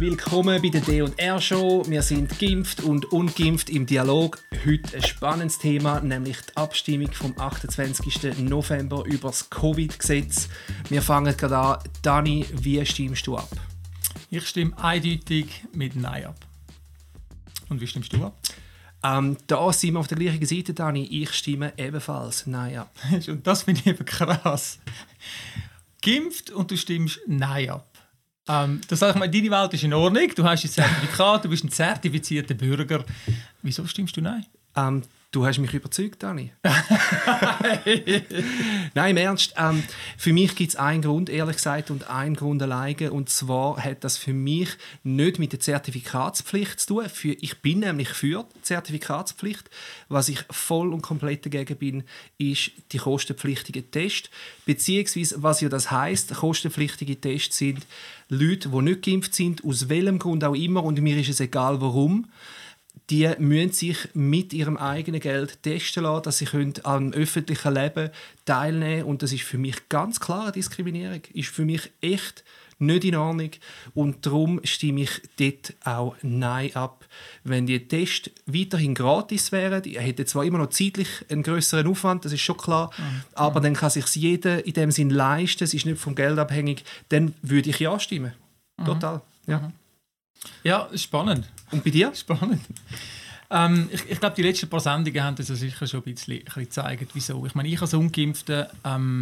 willkommen bei der D&R Show. Wir sind geimpft und ungeimpft im Dialog. Heute ein spannendes Thema, nämlich die Abstimmung vom 28. November über das Covid-Gesetz. Wir fangen gerade an. Dani, wie stimmst du ab? Ich stimme eindeutig mit Nein ab. Und wie stimmst du ab? Da sind wir auf der gleichen Seite, Dani. Ich stimme ebenfalls Nein ab. Und das finde ich eben krass. Geimpft und du stimmst Nein ab. Das sage ich mal, deine Welt ist in Ordnung, du hast ein Zertifikat, du bist ein zertifizierter Bürger. Wieso stimmst du Nein? Du hast mich überzeugt, Dani. Nein, im Ernst. Für mich gibt es einen Grund, ehrlich gesagt, und einen Grund alleine. Und zwar hat das für mich nicht mit der Zertifikatspflicht zu tun. Ich bin nämlich für die Zertifikatspflicht. Was ich voll und komplett dagegen bin, ist die kostenpflichtigen Tests. Beziehungsweise, was ja das heisst, kostenpflichtige Tests sind Leute, die nicht geimpft sind, aus welchem Grund auch immer, und mir ist es egal, warum. Die müssen sich mit ihrem eigenen Geld testen lassen, dass sie am öffentlichen Leben teilnehmen können. Und das ist für mich ganz klar eine Diskriminierung. Ist für mich echt nicht in Ordnung. Und darum stimme ich dort auch Nein ab. Wenn die Tests weiterhin gratis wären, ich hätte zwar immer noch zeitlich einen grösseren Aufwand, das ist schon klar, aber dann kann sich jeder in dem Sinn leisten, es ist nicht vom Geld abhängig, dann würde ich ja stimmen. Total. Ja. Ja, spannend. Und bei dir? Spannend. Ich glaube, die letzten paar Sendungen haben das ja sicher schon ein bisschen gezeigt, wieso. Ich meine, ich als Ungeimpfter,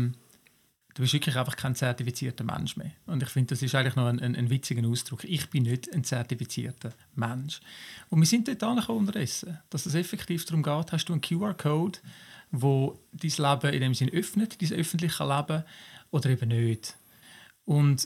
du bist wirklich einfach kein zertifizierter Mensch mehr. Und ich finde, das ist eigentlich noch ein witziger Ausdruck. Ich bin nicht ein zertifizierter Mensch. Und wir sind dort angekommen unterdessen, dass es effektiv darum geht, hast du einen QR-Code, wo dein Leben in dem Sinn öffnet, dein öffentliche Leben, oder eben nicht. Und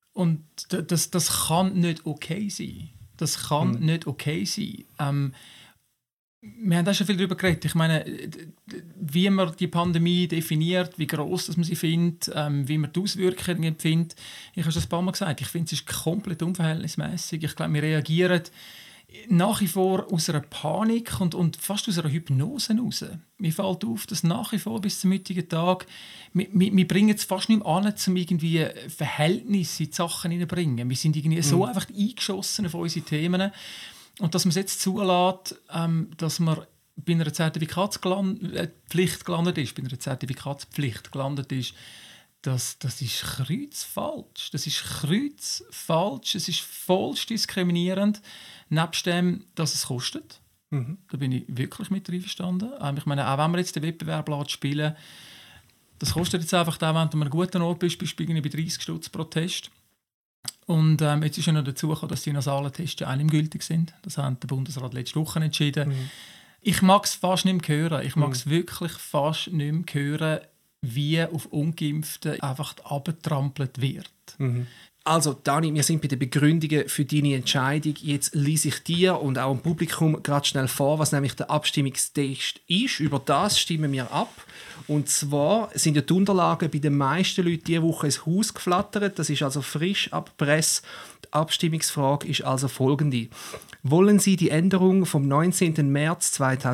das kann nicht okay sein. Das kann nicht okay sein. Wir haben auch schon viel darüber geredet. Ich meine, wie man die Pandemie definiert, wie gross man sie findet, wie man die Auswirkungen empfindet. Ich habe schon ein paar Mal gesagt, ich finde, es ist komplett unverhältnismäßig. Ich glaube, wir reagieren nach wie vor aus einer Panik und fast aus einer Hypnose raus. Mir fällt auf, dass nach wie vor bis zum heutigen Tag wir bringen es fast nicht mehr an, um irgendwie Verhältnisse in die Sachen hineinzubringen. Wir sind irgendwie so einfach eingeschossen auf unsere Themen. Und dass man es jetzt zulässt, dass man bei einer Zertifikatspflicht gelandet ist, das ist kreuzfalsch. Das ist kreuzfalsch. Es ist vollst diskriminierend. Nebst dem, dass es kostet. Da bin ich wirklich mit einverstanden. Ich meine, auch wenn wir jetzt den Wettbewerb spielen, das kostet jetzt einfach, auch wenn du an einem guten Ort bist du bei 30 Stutz pro Test. Und jetzt ist ja noch dazu gekommen, dass die nasalen Tests ja auch nicht gültig sind. Das hat der Bundesrat letzte Woche entschieden. Ich mag es fast nicht mehr hören. Ich mag es wirklich fast nicht mehr hören, wie auf Ungeimpfte einfach abgetrampelt wird. Also, Dani, wir sind bei den Begründungen für deine Entscheidung. Jetzt lese ich dir und auch dem Publikum gerade schnell vor, was nämlich der Abstimmungstext ist. Über das stimmen wir ab. Und zwar sind ja die Unterlagen bei den meisten Leuten diese Woche ins Haus geflattert. Das ist also frisch ab Presse. Die Abstimmungsfrage ist also folgende. Wollen Sie die Änderung vom 19. März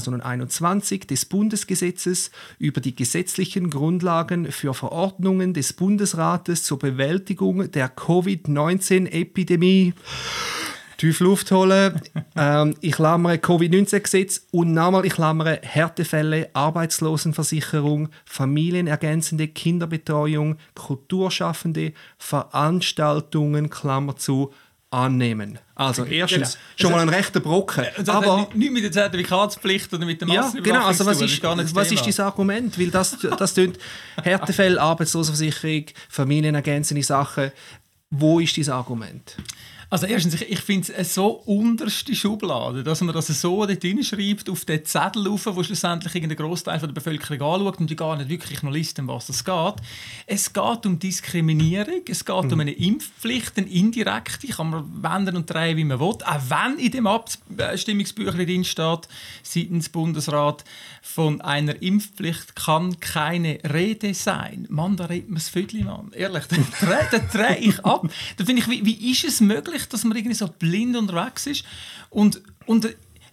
2021 des Bundesgesetzes über die gesetzlichen Grundlagen für Verordnungen des Bundesrates zur Bewältigung der Covid-19-Epidemie tief Luft holen, ich klammere Covid-19-Gesetz und nochmal ich klammere Härtefälle, Arbeitslosenversicherung, familienergänzende Kinderbetreuung, Kulturschaffende, Veranstaltungen, Klammer zu, annehmen. Also erstens schon mal ein rechter Brocken. Aber nicht mit der Zertifikatspflicht oder mit der Massenüberwachung. Ja, genau. Also was ist dein Argument? Weil das tönt Härtefälle, Arbeitslosenversicherung, familienergänzende Sachen. Wo ist dein Argument? Also erstens, ich finde es so unterste Schublade, dass man das so dort hinschreibt, auf den Zettel rauf, wo schlussendlich einen Großteil der Bevölkerung anschaut und die gar nicht wirklich noch liest, um was es geht. Es geht um Diskriminierung, es geht um eine Impfpflicht, eine indirekte, kann man wenden und drehen, wie man will. Auch wenn in dem Abstimmungsbüchlein drin steht, seitens Bundesrat, von einer Impfpflicht kann keine Rede sein. Mann, da redet man das Viertel, Mann. Ehrlich, da drehe ich ab. Da finde ich, wie ist es möglich, dass man irgendwie so blind unterwegs ist? Und schau,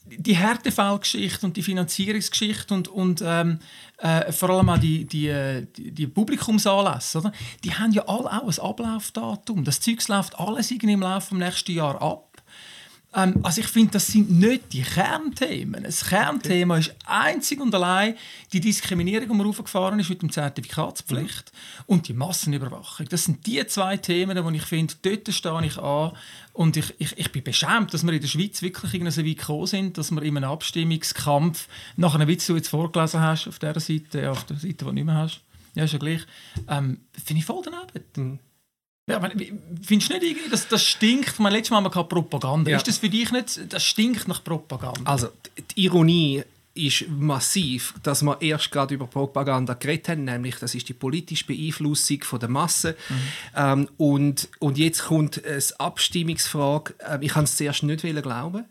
die Härtefallgeschichte und die Finanzierungsgeschichte und vor allem auch die Publikumsanlässe, oder? Die haben ja alle auch ein Ablaufdatum. Das Zeug läuft alles irgendwie im Laufe des nächsten Jahres ab. Also ich finde, das sind nicht die Kernthemen. Das Kernthema ist einzig und allein die Diskriminierung, die man raufgefahren ist mit der Zertifikatspflicht und die Massenüberwachung. Das sind die zwei Themen, wo ich finde, dort stehe ich an. Und ich bin beschämt, dass wir in der Schweiz wirklich so weit gekommen sind, dass wir in einem Abstimmungskampf, nach einem Witz, den du jetzt vorgelesen hast, auf der Seite, auf der Seite, die du nicht mehr hast, ja, ist ja gleich, finde ich voll daneben. Ja, findest du nicht irgendwie, dass das stinkt? Letztes Mal haben wir Propaganda. Ja. Ist das für dich nicht, das stinkt nach Propaganda? Also, die Ironie ist massiv, dass wir erst gerade über Propaganda geredet haben, nämlich das ist die politische Beeinflussung der Masse. Und jetzt kommt eine Abstimmungsfrage. Ich kann es zuerst nicht glauben.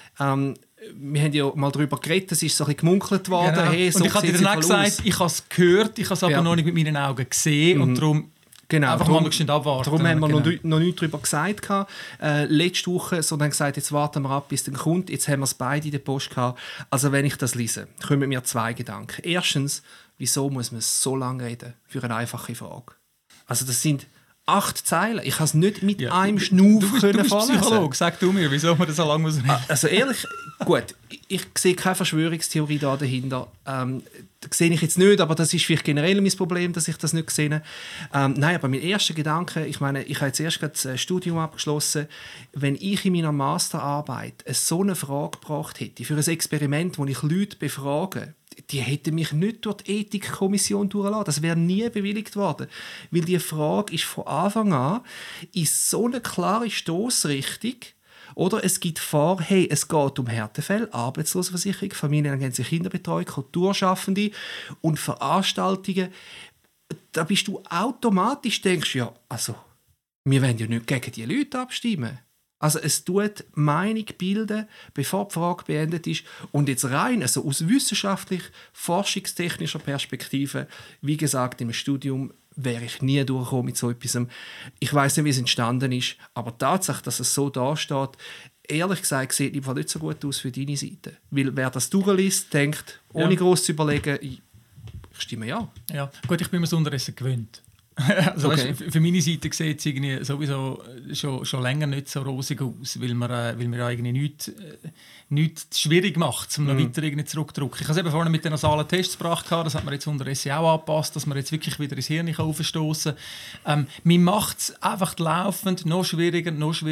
Wir haben ja mal darüber geredet, es ist so ein bisschen gemunkelt worden. Genau. Hey, so und ich habe dir dann gesagt, ich habe es gehört, ich habe es aber noch nicht mit meinen Augen gesehen und darum genau, einfach mal abwarten. Darum haben wir noch nichts darüber gesagt. Letzte Woche sondern gesagt, jetzt warten wir ab, bis es kommt. Jetzt haben wir es beide in der Post gehabt. Also wenn ich das lese, kommen mir zwei Gedanken. Erstens, wieso muss man so lange reden für eine einfache Frage? Also das sind 8 Zeilen. Ich kann es nicht mit einem Schnuff vorlesen. Du bist Psychologe, sag du mir, wieso man das so lange muss reden? Also ehrlich, gut, ich sehe keine Verschwörungstheorie da dahinter. Das sehe ich jetzt nicht, aber das ist vielleicht generell mein Problem, dass ich das nicht sehe. Nein, aber mein erster Gedanke, ich meine, ich habe jetzt erst gerade das Studium abgeschlossen, wenn ich in meiner Masterarbeit so eine Frage gebracht hätte, für ein Experiment, wo ich Leute befrage, die hätten mich nicht durch die Ethikkommission durchgelassen. Das wäre nie bewilligt worden. Weil die Frage ist von Anfang an in so eine klare Stossrichtung, oder es gibt vor, hey, es geht um Härtefälle, Arbeitslosenversicherung, familienergänzende Kinderbetreuung, Kulturschaffende und Veranstaltungen. Da bist du automatisch, denkst ja, also, wir wollen ja nicht gegen die Leute abstimmen. Also es tut Meinung bilden, bevor die Frage beendet ist. Und jetzt rein, also aus wissenschaftlich, forschungstechnischer Perspektive, wie gesagt, im Studium wäre ich nie durchgekommen mit so etwas. Ich weiss nicht, wie es entstanden ist, aber die Tatsache, dass es so dasteht, ehrlich gesagt, sieht im Fall nicht so gut aus für deine Seite. Weil wer das durchliest, denkt, ohne gross zu überlegen, ich stimme ja. Ja, gut, ich bin mir so unterdessen gewöhnt. Also, okay. Weißt, für meine Seite sieht es irgendwie sowieso schon länger nicht so rosig aus, weil man irgendwie nichts schwierig macht, um noch weiter irgendwie zurückzudrücken. Ich habe es eben vorhin mit den nasalen Tests gebracht, das hat man jetzt unterdessen auch angepasst, dass man jetzt wirklich wieder ins Hirn aufstoßen kann. Man macht es einfach laufend noch schwieriger.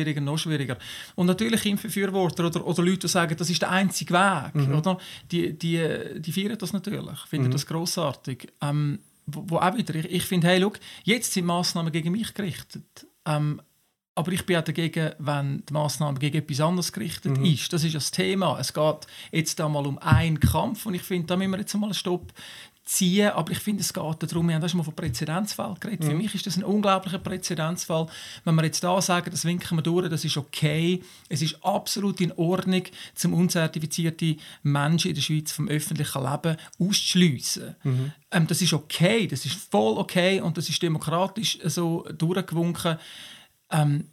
Und natürlich Impfbefürworter oder Leute, die sagen, das ist der einzige Weg, oder? Die feiern das natürlich, finden das grossartig. Wo auch wieder, ich finde, hey, schau, jetzt sind Massnahmen gegen mich gerichtet. Aber ich bin auch dagegen, wenn die Massnahme gegen etwas anderes gerichtet ist. Das ist ja das Thema. Es geht jetzt einmal um einen Kampf und ich finde, da müssen wir jetzt einmal einen Stopp ziehen. Aber ich finde, es geht darum, wir haben schon mal von Präzedenzfall geredet. Für mich ist das ein unglaublicher Präzedenzfall. Wenn wir jetzt da sagen, das winken wir durch, das ist okay. Es ist absolut in Ordnung, zum unzertifizierte Menschen in der Schweiz vom öffentlichen Leben auszuschliessen. Das ist okay, das ist voll okay und das ist demokratisch so durchgewunken. Dann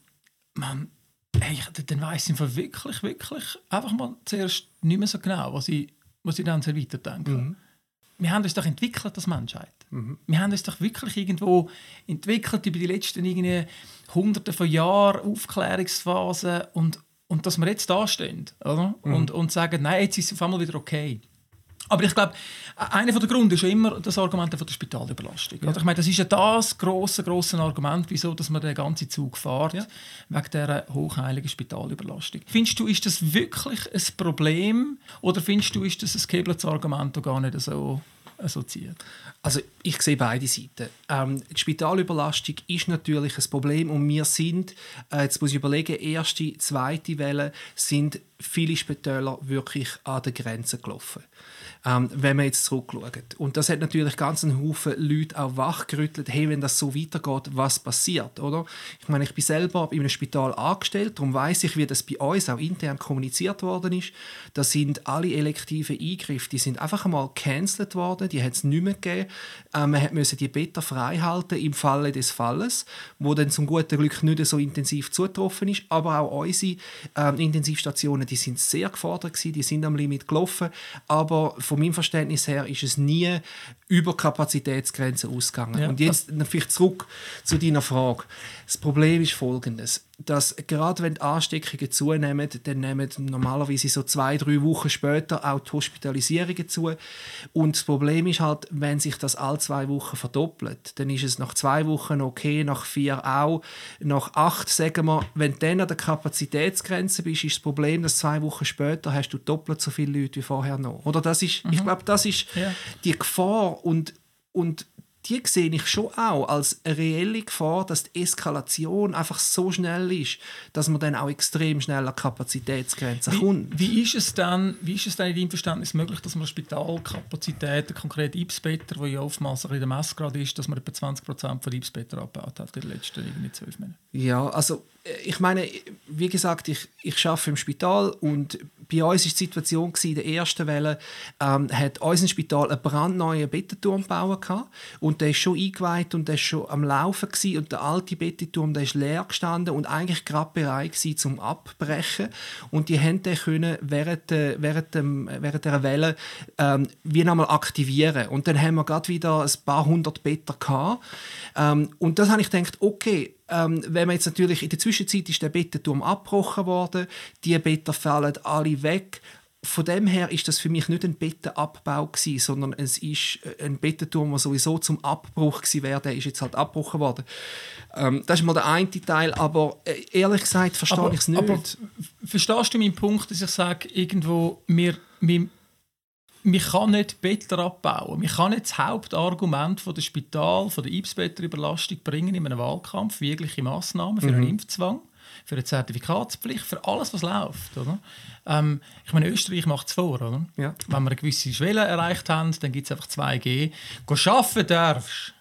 weiss ich wirklich einfach mal zuerst nicht mehr so genau, was ich dann so weiterdenke. Wir haben uns doch entwickelt als Menschheit. Wir haben uns doch wirklich irgendwo entwickelt über die letzten Hunderte von Jahren, Aufklärungsphasen und dass wir jetzt da stehen, oder? Und sagen, nein, jetzt ist es auf einmal wieder okay. Aber ich glaube, einer der Gründe ist ja immer das Argument von der Spitalüberlastung. Ja. Ich meine, das ist ja das grosse Argument, wieso dass man den ganzen Zug fährt, wegen dieser hochheiligen Spitalüberlastung. Findest du, ist das wirklich ein Problem oder findest du, ist das ein gehebeltes Argument, das gar nicht so zieht? Also ich sehe beide Seiten. Die Spitalüberlastung ist natürlich ein Problem und wir sind, jetzt muss ich überlegen, erste, zweite Welle sind viele Spitäler wirklich an der Grenze gelaufen. Wenn man jetzt zurückschaut. Und das hat natürlich ganz einen Haufen Leute auch wachgerüttelt, hey, wenn das so weitergeht, was passiert, oder? Ich meine, ich bin selber in einem Spital angestellt, darum weiss ich, wie das bei uns auch intern kommuniziert worden ist. Da sind alle elektiven Eingriffe, die sind einfach einmal gecancelt worden, die hat es nicht mehr gegeben. Man musste die Betten frei halten im Falle des Falles, wo dann zum guten Glück nicht so intensiv zugetroffen ist, aber auch unsere Intensivstationen, die sind sehr gefordert gewesen, die sind am Limit gelaufen, aber von meinem Verständnis her ist es nie über Kapazitätsgrenzen ausgegangen. Ja. Und jetzt vielleicht zurück zu deiner Frage. Das Problem ist folgendes, dass gerade wenn die Ansteckungen zunehmen, dann nehmen normalerweise so 2-3 Wochen später auch die Hospitalisierungen zu. Und das Problem ist halt, wenn sich das alle 2 Wochen verdoppelt, dann ist es nach 2 Wochen okay, nach 4 auch, nach 8, sagen wir, wenn du dann an der Kapazitätsgrenze bist, ist das Problem, dass 2 Wochen später hast du doppelt so viele Leute wie vorher noch. Oder das ist, ich glaube, das ist die Gefahr und die sehe ich schon auch als eine reelle Gefahr, dass die Eskalation einfach so schnell ist, dass man dann auch extrem schnell an Kapazitätsgrenzen kommt. Wie ist es denn in deinem Verständnis möglich, dass man Spitalkapazitäten, konkret IBS-Better, wo ja oftmals in der Messgrad ist, dass man etwa 20% von IBS-Better abgebaut hat in den letzten 12 Monaten? Ja, also ich meine, wie gesagt, ich arbeite im Spital und bei uns war die Situation in der ersten Welle, hat unser Spital einen brandneuen Bettenturm gebaut und der ist schon eingeweiht und der ist schon am Laufen gewesen, und der alte Bettenturm, der ist leer gestanden und eigentlich gerade bereit gewesen zum Abbrechen, und die haben den können während der Welle wie nochmal aktivieren, und dann haben wir gerade wieder ein paar hundert Betten gehabt, und das habe ich gedacht, okay, wenn man jetzt natürlich in der Zwischenzeit ist der Bettenturm abgebrochen worden, die Betten fallen alle weg. Von dem her ist das für mich nicht ein Bettenabbau gewesen, sondern es ist ein Bettenturm, der sowieso zum Abbruch gewesen wäre, der ist jetzt halt abgebrochen worden. Das ist mal der eine Teil, aber ehrlich gesagt verstehe ich es nicht. Aber verstehst du meinen Punkt, dass ich sage, irgendwo, man kann nicht Betten abbauen. Man kann nicht das Hauptargument von der Spital, von der IBS-Betterüberlastung bringen in einem Wahlkampf, für jegliche Massnahmen, für einen Impfzwang, für eine Zertifikatspflicht, für alles, was läuft. Oder? Ich meine, Österreich macht es vor. Oder? Ja. Wenn wir eine gewisse Schwelle erreicht haben, dann gibt es einfach 2G. Arbeiten darfst.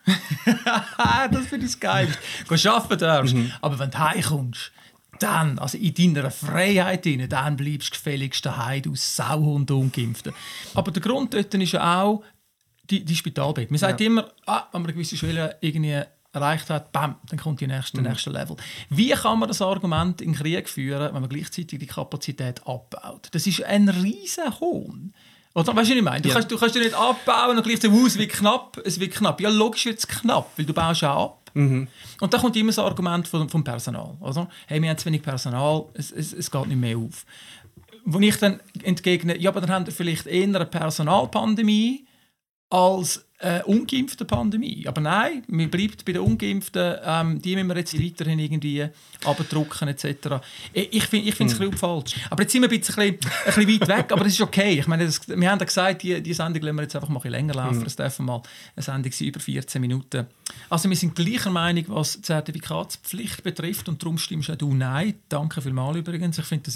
Das finde ich geil. Arbeiten darfst. Aber wenn du heimkommst, dann, also in deiner Freiheit, dann bleibst du gefälligst daheim, du Sauhund ungeimpfte. Aber der Grund dort ist ja auch die Spitalbett. Man sagt immer, wenn man eine gewisse Schwelle irgendwie erreicht hat, bam, dann kommt der nächste Level. Wie kann man das Argument in den Krieg führen, wenn man gleichzeitig die Kapazität abbaut? Das ist ein riesen Hohn. Oder, weißt du, was ich meine? Du kannst nicht abbauen und gleichzeitig, es wird knapp. Ja, logisch wird es knapp, weil du baust ja ab. Und da kommt immer das Argument vom Personal. Oder? Hey, wir haben zu wenig Personal, es geht nicht mehr auf. Wo ich dann entgegne, ja, aber dann haben wir vielleicht eher eine Personalpandemie als eine ungeimpfte Pandemie. Aber nein, man bleibt bei den Ungeimpften, die müssen wir jetzt weiterhin irgendwie abdrucken etc. Ich finde es ein bisschen falsch. Aber jetzt sind wir ein bisschen weit weg, aber das ist okay. Ich meine, wir haben ja gesagt, die Sendung lassen wir jetzt einfach mal ein bisschen länger laufen. Das darf mal eine Sendung sein, über 14 Minuten. Also wir sind gleicher Meinung, was die Zertifikatspflicht betrifft, und darum stimmst auch du nein. Danke vielmals übrigens. Ich finde, das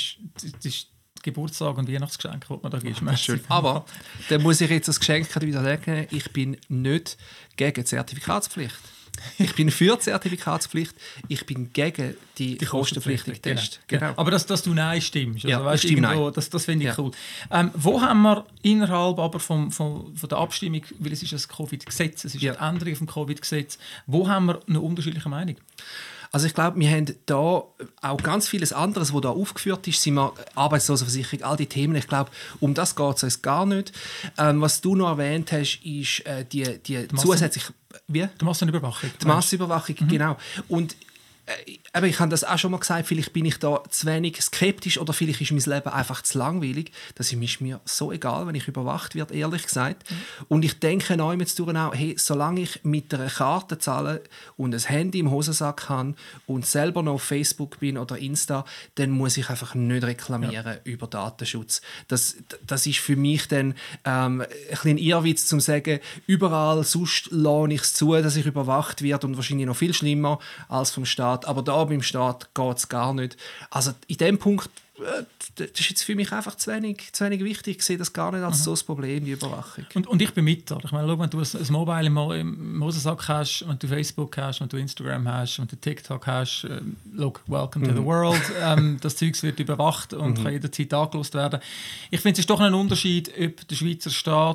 ist Geburtstag und Weihnachtsgeschenk, das man da gibt. Aber dann muss ich jetzt das Geschenk wieder sagen, ich bin nicht gegen Zertifikatspflicht. Ich bin für die Zertifikatspflicht, ich bin gegen die kostenpflichtigen Tests. Genau. Aber dass du Nein stimmst. Ja, weißt, irgendwo, das finde ich cool. Wo haben wir innerhalb aber von der Abstimmung, weil es ist ein Covid-Gesetz, es ist eine Änderung vom Covid-Gesetz, wo haben wir eine unterschiedliche Meinung? Also ich glaube, wir haben da auch ganz vieles anderes, was da aufgeführt ist, sind wir Arbeitslosenversicherung, all die Themen. Ich glaube, um das geht es uns gar nicht. Was du noch erwähnt hast, ist die zusätzliche... Wie? Die Massenüberwachung. Die Massenüberwachung, genau. Und aber ich habe das auch schon mal gesagt, vielleicht bin ich da zu wenig skeptisch oder vielleicht ist mein Leben einfach zu langweilig. Das ist mir so egal, wenn ich überwacht werde, ehrlich gesagt. Und ich denke auch, hey, solange ich mit einer Karte zahle und ein Handy im Hosensack habe und selber noch auf Facebook bin oder Insta, dann muss ich einfach nicht reklamieren über Datenschutz. Das ist für mich dann ein bisschen Irrwitz, zu sagen, überall sonst lasse ich es zu, dass ich überwacht werde, und wahrscheinlich noch viel schlimmer als vom Staat. Aber da beim Staat geht es gar nicht. Also in dem Punkt, das ist jetzt für mich einfach zu wenig wichtig. Ich sehe das gar nicht als so ein Problem, die Überwachung. Und ich bin mit da. Ich meine, wenn du ein Mobile im Hosensack hast, wenn du Facebook hast, wenn du Instagram hast, wenn du TikTok hast, welcome to the world. Das Zeug wird überwacht und kann jederzeit angelost werden. Ich finde, es ist doch ein Unterschied, ob der Schweizer Staat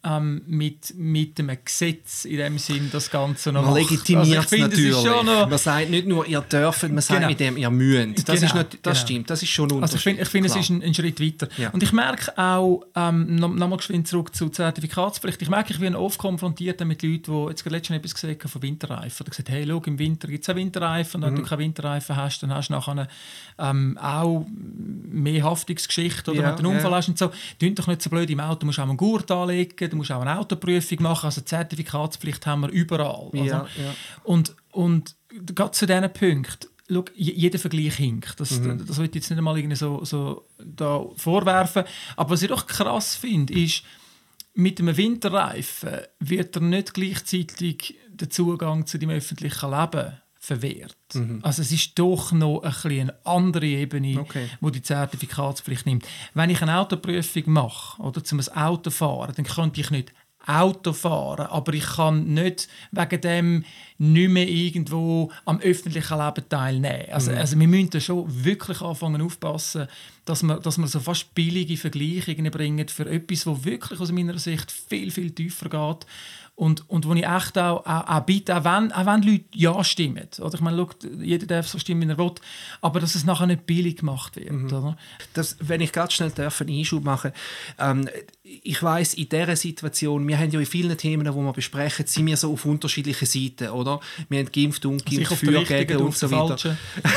mit einem Gesetz in dem Sinn das Ganze noch man macht. legitimiert es natürlich. Man sagt nicht nur, ihr dürft, man sagt mit dem, ihr müsst. Das stimmt, das ist schon ein Unterschied. Also ich finde, es ist ein Schritt weiter. Ja. Und ich merke auch, nochmal geschwind zurück zur Zertifikatspflicht, ich merke, ich werde oft konfrontiert mit Leuten, die jetzt letztens etwas gesehen haben von Winterreifen. Die gesagt, hey, schau, im Winter gibt es auch Winterreifen, und wenn du keine Winterreifen hast, dann hast du nachher auch mehr Haftungsgeschichte, oder wenn du einen Unfall hast und so. Du doch nicht so blöd, im Auto musst du auch einen Gurt anlegen, du musst auch eine Autoprüfung machen, also Zertifikatspflicht haben wir überall. Ja. Und gerade zu diesen Punkten, schau, jeder Vergleich hinkt. Das will ich jetzt nicht einmal irgendwie so da vorwerfen. Aber was ich doch krass finde, ist, mit einem Winterreifen wird er nicht gleichzeitig der Zugang zu dem öffentlichen Leben verwehrt. Also es ist doch noch eine andere Ebene, wo die Zertifikatspflicht nimmt. Wenn ich eine Autoprüfung mache oder zum Auto fahren, dann könnte ich nicht Auto fahren, aber ich kann nicht wegen dem nicht mehr irgendwo am öffentlichen Leben teilnehmen. Also wir müssen da schon wirklich anfangen aufpassen, dass wir so fast billige Vergleiche bringen für etwas, das wirklich aus meiner Sicht viel, viel tiefer geht. Und wo ich echt auch bitte, auch wenn Leute ja stimmen. Oder? Ich meine, schau, jeder darf so stimmen, wie er will, aber dass es nachher nicht billig gemacht wird. Oder? Wenn ich ganz schnell einen Einschub machen darf, ich weiss, in dieser Situation, wir haben ja in vielen Themen, die wir besprechen, sind wir so auf unterschiedlichen Seiten, oder? Wir haben geimpft, ungeimpft, für, gegen und so weiter.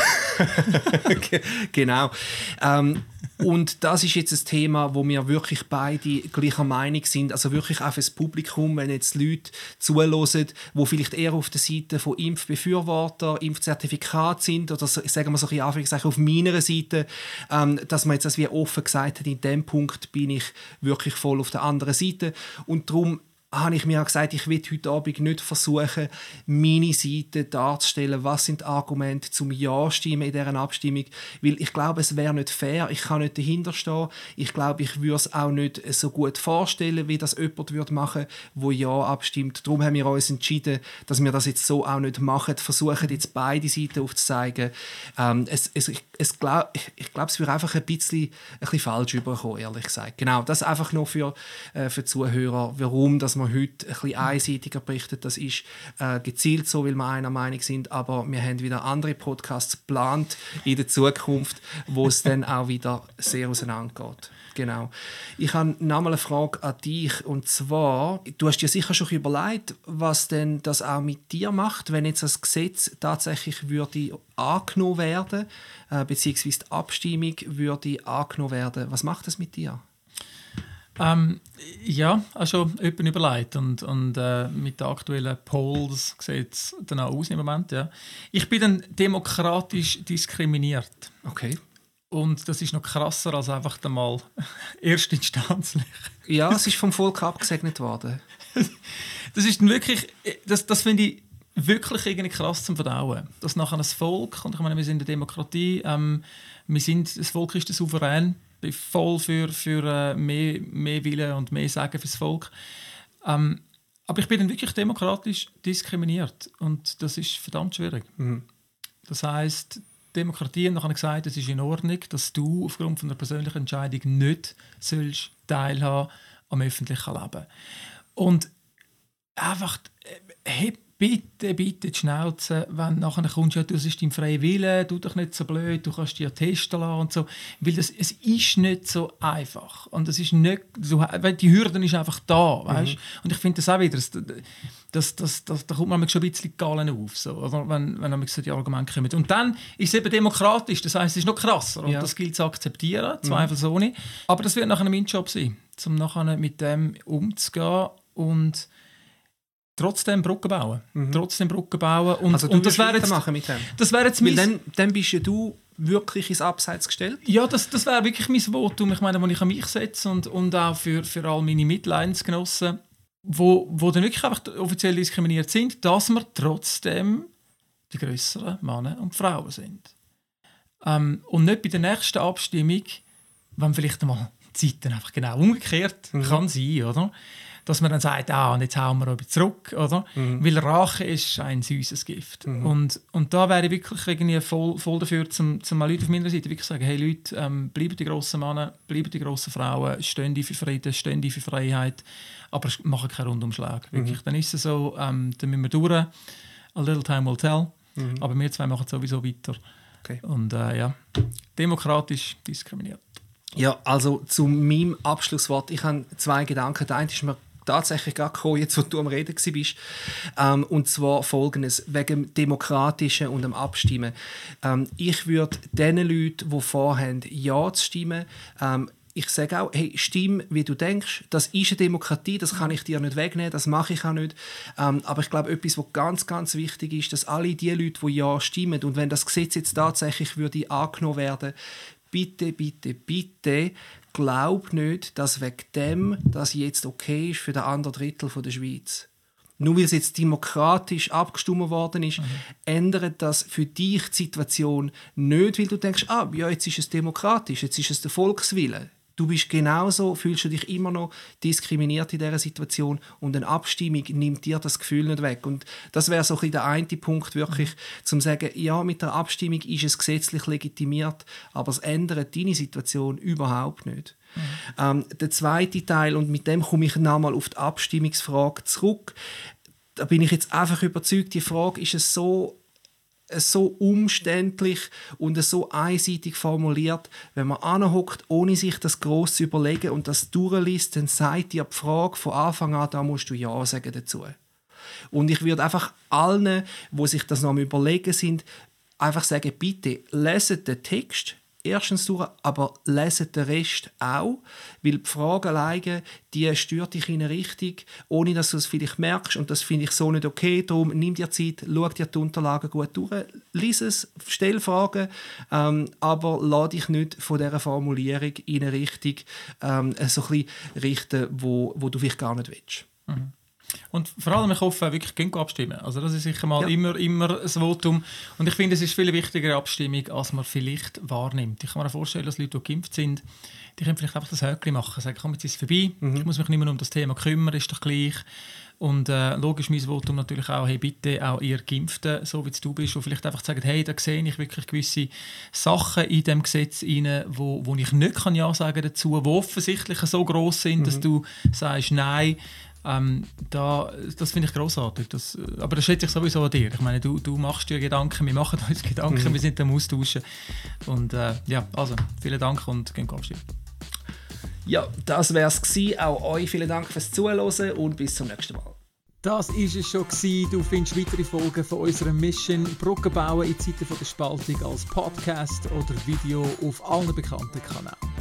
Genau. Und das ist jetzt ein Thema, wo wir wirklich beide gleicher Meinung sind. Also wirklich auch fürs Publikum, wenn jetzt Leute zuhören, die vielleicht eher auf der Seite von Impfbefürworter, Impfzertifikat sind, oder so, sagen wir so in Anführungszeichen auf meiner Seite, dass man jetzt das wie offen gesagt hat, in dem Punkt bin ich wirklich voll auf der anderen Seite. Und darum habe ich mir auch gesagt, ich will heute Abend nicht versuchen, meine Seite darzustellen, was sind die Argumente zum Ja-Stimmen in dieser Abstimmung, weil ich glaube, es wäre nicht fair, ich kann nicht dahinter stehen, ich glaube, ich würde es auch nicht so gut vorstellen, wie das jemand würde machen, der Ja abstimmt. Darum haben wir uns entschieden, dass wir das jetzt so auch nicht machen, versuchen jetzt beide Seiten aufzuzeigen. Ich glaube, es würde einfach ein bisschen falsch rüberkommen, ehrlich gesagt. Genau, das einfach nur für Zuhörer, warum dass wir heute ein bisschen einseitiger berichtet. Das ist gezielt so, weil wir einer Meinung sind, aber wir haben wieder andere Podcasts geplant in der Zukunft, wo es dann auch wieder sehr auseinandergeht. Genau. Ich habe noch mal eine Frage an dich, und zwar, du hast dir sicher schon überlegt, was denn das auch mit dir macht, wenn jetzt das Gesetz tatsächlich würde angenommen werden, beziehungsweise die Abstimmung würde angenommen werden. Was macht das mit dir? Ja, also jemand überlegt und mit den aktuellen Polls sieht es dann auch aus im Moment. Ja. Ich bin dann demokratisch diskriminiert. Okay. Und das ist noch krasser als einfach einmal erstinstanzlich. Ja, es ist vom Volk abgesegnet worden. Das ist dann wirklich, das finde ich wirklich irgendwie krass zum Verdauen. Dass nachher das Volk, und ich meine, wir sind eine Demokratie, das Volk ist der Souverän, bin voll für mehr Willen und mehr Sagen fürs Volk. Aber ich bin dann wirklich demokratisch diskriminiert und das ist verdammt schwierig. Das heisst, Demokratie hat gesagt, es ist in Ordnung, dass du aufgrund von einer persönlichen Entscheidung nicht sollst teilhaben am öffentlichen Leben. Und einfach bitte die Schnauze, wenn nachher kommst, ja, das ist dein freier Wille, tu doch nicht so blöd, du kannst dich ja testen lassen und so. Weil es ist nicht so einfach. Und es ist nicht, weil die Hürde ist einfach da, weißt? Und ich finde das auch wieder, da kommt man schon ein bisschen Gallen auf, so, oder? Wenn so die Argumente kommen. Und dann ist es eben demokratisch, das heisst, es ist noch krasser. Und das gilt zu akzeptieren, zweifelsohne. Aber das wird nachher mein Job sein, um nachher mit dem umzugehen und trotzdem Brücken bauen. Und das wäre jetzt machen mit dem. Das wäre jetzt dann bist ja du wirklich ins Abseits gestellt. Ja, das wäre wirklich mein Votum. Ich meine, wo ich an mich setze und auch für all meine Mitleidensgenossen, wo dann wirklich einfach offiziell diskriminiert sind, dass wir trotzdem die grösseren Männer und Frauen sind. Und nicht bei der nächsten Abstimmung, wenn vielleicht einmal Zeiten einfach genau umgekehrt kann sein, oder? Dass man dann sagt, und jetzt hauen wir aber zurück, oder? Weil Rache ist ein süßes Gift. Und da wäre ich wirklich irgendwie voll dafür, zum mal Leute auf meiner Seite wirklich sagen, hey Leute, bleiben die grossen Männer, bleiben die grossen Frauen, stehen die für Frieden, stehen die für Freiheit, aber machen keinen Rundumschlag. Wirklich. Dann ist es so, dann müssen wir durch, a little time will tell, aber wir zwei machen sowieso weiter. Okay. Und demokratisch diskriminiert. Ja, also zu meinem Abschlusswort, ich habe 2 Gedanken. Der eine ist mir tatsächlich gerade gekommen, jetzt wo du am Reden warst. Und zwar Folgendes, wegen dem Demokratischen und dem Abstimmen. Ich würde den Leuten, die vorhaben, Ja zu stimmen, ich sage auch, hey, stimm, wie du denkst. Das ist eine Demokratie, das kann ich dir nicht wegnehmen, das mache ich auch nicht. Aber ich glaube, etwas, was ganz, ganz wichtig ist, dass alle die Leute, die Ja stimmen, und wenn das Gesetz jetzt tatsächlich würde angenommen werden, bitte, bitte, bitte, glaub nicht, dass wegen dem das jetzt okay ist für den anderen Drittel der Schweiz. Nur weil es jetzt demokratisch abgestimmt worden ist, ändert das für dich die Situation nicht, weil du denkst, ja, jetzt ist es demokratisch, jetzt ist es der Volkswille. Du bist genauso, fühlst du dich immer noch diskriminiert in dieser Situation und eine Abstimmung nimmt dir das Gefühl nicht weg. Und das wäre so ein bisschen der eine Punkt, wirklich, zum zu sagen, ja, mit der Abstimmung ist es gesetzlich legitimiert, aber es ändert deine Situation überhaupt nicht. Der zweite Teil, und mit dem komme ich nochmal auf die Abstimmungsfrage zurück, da bin ich jetzt einfach überzeugt, die Frage ist es so umständlich und so einseitig formuliert, wenn man anhockt, ohne sich das gross zu überlegen und das durchliest, dann sagt dir die Frage von Anfang an, da musst du Ja sagen dazu. Und ich würde einfach allen, die sich das noch überlegen sind, einfach sagen, bitte leset den Text erstens durch, aber leset den Rest auch, weil die Frage alleine, die stört dich in eine Richtung, ohne dass du es vielleicht merkst, und das finde ich so nicht okay. Darum nimm dir Zeit, schau dir die Unterlagen gut durch, lies es, stell Fragen, aber lass dich nicht von dieser Formulierung in eine Richtung so ein bisschen richten, wo du vielleicht gar nicht willst. Und vor allem, ich hoffe, wirklich gehen abstimmen. Also das ist sicher mal immer das Votum. Und ich finde, es ist viel wichtigere Abstimmung, als man vielleicht wahrnimmt. Ich kann mir vorstellen, dass Leute, die geimpft sind, die können vielleicht einfach das Häkchen machen. Sagen, komm, jetzt ist es vorbei, ich muss mich nicht mehr um das Thema kümmern, ist doch gleich. Und logisch mein Votum natürlich auch, hey, bitte auch ihr Geimpften, so wie du bist, und vielleicht einfach sagen, hey, da sehe ich wirklich gewisse Sachen in dem Gesetz rein, wo ich nicht kann Ja sagen dazu, die offensichtlich so gross sind, dass du sagst, nein. Das finde ich grossartig. Aber das schätze ich sowieso an dir. Ich meine, du machst dir Gedanken, wir machen uns Gedanken, wir sind am Austauschen. Und also vielen Dank und gehen abstimmen. Ja, das wäre es gewesen. Auch euch vielen Dank fürs Zuhören und bis zum nächsten Mal. Das war es schon gewesen. Du findest weitere Folgen von unserer Mission Brücken bauen in Zeiten der Spaltung als Podcast oder Video auf allen bekannten Kanälen.